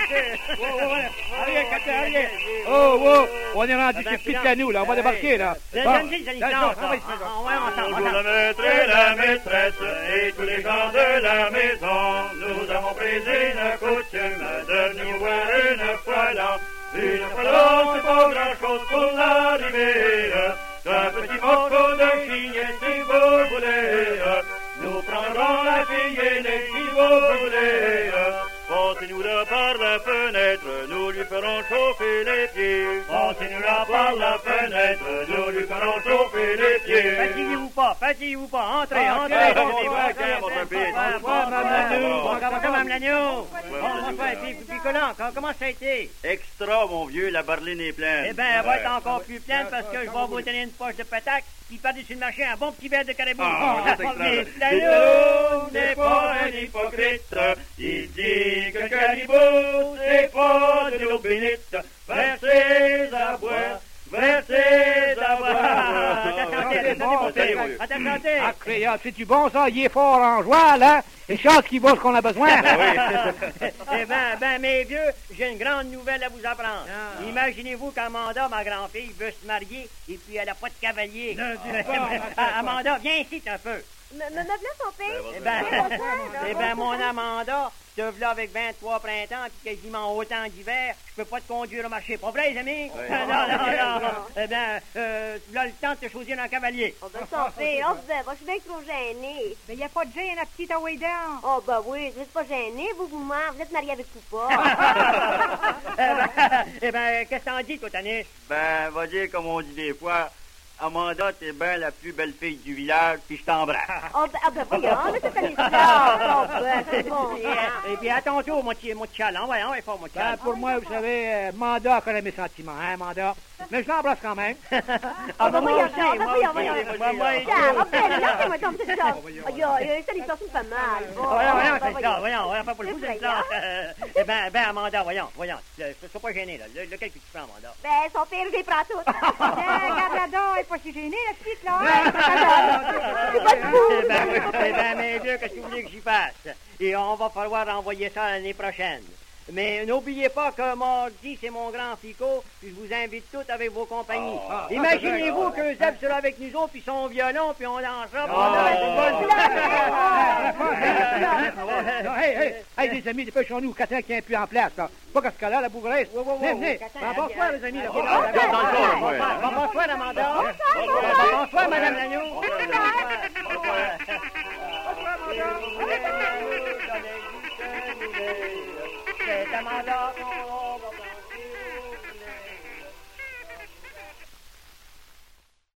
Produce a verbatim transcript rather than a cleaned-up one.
Allez, Captain, allez. Oh, oh, on est rendu sur Pitcanou, là. On va débarquer, là. On va ensemble. Bonjour, le maître et la maîtresse et tous les gens de la maison. Nous avons pris une coutume de venir voir une fois là. Une fois là, c'est pas grand-chose pour l'arrivée. Un petit morceau de chignet si vous voulez. Nous prendrons la fille et les si vous voulez. Passez-nous là par la fenêtre, nous lui ferons chauffer les pieds. Passez-nous là par la fenêtre, nous lui ferons chauffer les pieds. Fatiguez-vous pas, fatiguez-vous pas, entrez, Ah, entrez. ok, entrez, bonsoir, entrez, ok, bonsoir, entrez. puis- Bonsoir, Mme Lagneau. Bonsoir. Bonsoir, Mme Lagneau. Bonsoir. Bonsoir, et puis, puis Colin, comment- comment ça a été? Extra, mon vieux, la berline est pleine. Eh bien, elle va être encore plus pleine parce que je vais vous donner une poche de patates, puis par-dessus le marché, un bon petit verre de caribou. Ah, c'est extra. Mais Mais Lagneau n'est pas un hypocrite. Il dit que Caribou, c'est pas de l'eau bénite. Versez à boire, versez à boire. Ah, créole, c'est-tu bon, ça? Il est fort en joie, là. Et chance qu'il vaut ce qu'on a besoin. Eh ben, ben, mes vieux, j'ai une grande nouvelle à vous apprendre. Imaginez-vous qu'Amanda, ma grand-fille, veut se marier et puis elle n'a pas de cavalier. Ah, Amanda, viens ici un peu. Me, me, me voilà son père. Eh ben, Viens, bonsoir. eh ben, mon Amanda, te voilà avec vingt-trois printemps puis quasiment autant d'hiver, je peux pas te conduire au marché. Pas vrai, les amis? Non, non, non, non. Eh ben, euh, tu as le temps de te choisir un cavalier. Oh, ben, son père, oh, ben, je suis bien trop gênée. Mais il n'y a pas de gêne, la petite away down. Oh, ben oui, vous n'êtes pas gênée, vous, vous m'en, vous êtes mariée avec Poupa. Eh ben, eh ben, qu'est-ce que t'en dis, toi, Tanis? Ben, va dire comme on dit des fois, Amanda, t'es bien la plus belle fille du village, puis je t'embrasse. Oh, ben, ah, ben, voyons, mais c'est une histoire. Oh, ben, c'est bon. Et, et puis, à ton tour, mon petit, mon petit chaland. Voyons, il faut mon petit Ben, chaland. pour moi, vous savez, euh, Manda connaît mes sentiments, hein, Manda? Mais je l'embrasse quand même. Ah, ben, moi voyons, aussi, donc, ben, moi voyons, aussi, voyons. moi, moi, Tiens, oh, ben, laissez-moi comme c'est ça. Aïe, aïe, ça, l'histoire, c'est pas mal. Bon, Voyons, voyons, ben, c'est ça, voyons, voyons, pas pour le coup, c'est ça. Eh ben, ben, Amanda, voyons, voyons, ne sois pas gêné, là. Le- Lequel que tu prends, Amanda? Ben, son père, je les prends toutes. Regarde-la donc, elle n'est pas si gênée, la petite, là. C'est pas de fou. Eh ben, eh ben, mes vieux, qu'est-ce que vous voulez que j'y fasse? Et on va falloir envoyer ça l'année prochaine. Mais n'oubliez pas que mardi, c'est mon grand fico, puis je vous invite tous avec vos compagnies. Ah, Imaginez-vous que Zeb sera avec nous autres, puis son violon, puis on dansera, puis on Ah, aura une bonne... Non, hey, hey, hey, les amis, dépêchons-nous, Catin qui est plus en place, là. Pas qu'à ce cas-là, la bougresse. Venez, venez. Bonsoir, les amis. là. Bonsoir, Amanda. Bonsoir, Madame Lagneau. C'est Amanda.